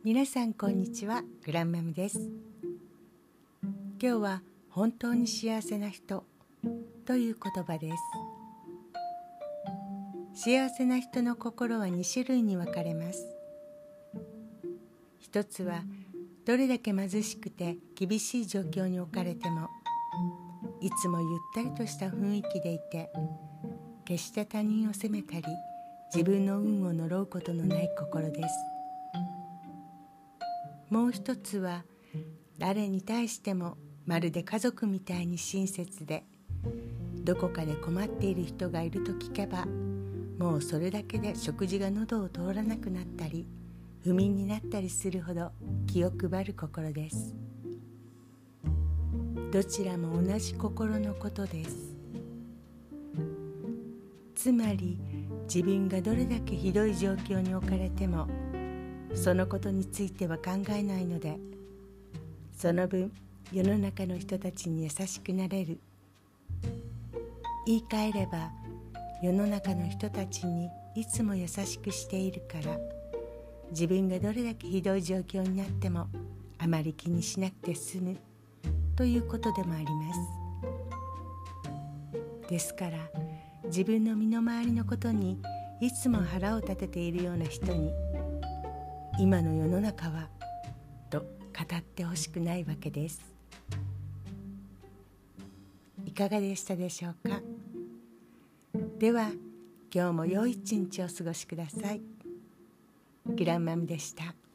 皆さんこんにちは、グランマムです。今日は本当に幸せな人という言葉です。幸せな人の心は2種類に分かれます。一つはどれだけ貧しくて厳しい状況に置かれてもいつもゆったりとした雰囲気でいて、決して他人を責めたり自分の運を呪うことのない心です。もう一つは誰に対してもまるで家族みたいに親切で、どこかで困っている人がいると聞けばもうそれだけで食事が喉を通らなくなったり不眠になったりするほど気を配る心です。どちらも同じ心のことです。つまり自分がどれだけひどい状況に置かれてもそのことについては考えないので、その分世の中の人たちに優しくなれる。言い換えれば世の中の人たちにいつも優しくしているから、自分がどれだけひどい状況になってもあまり気にしなくて済むということでもあります。ですから自分の身の回りのことにいつも腹を立てているような人に、今の世の中はと語ってほしくないわけです。いかがでしたでしょうか。では今日も良い一日をお過ごしください。グランマムでした。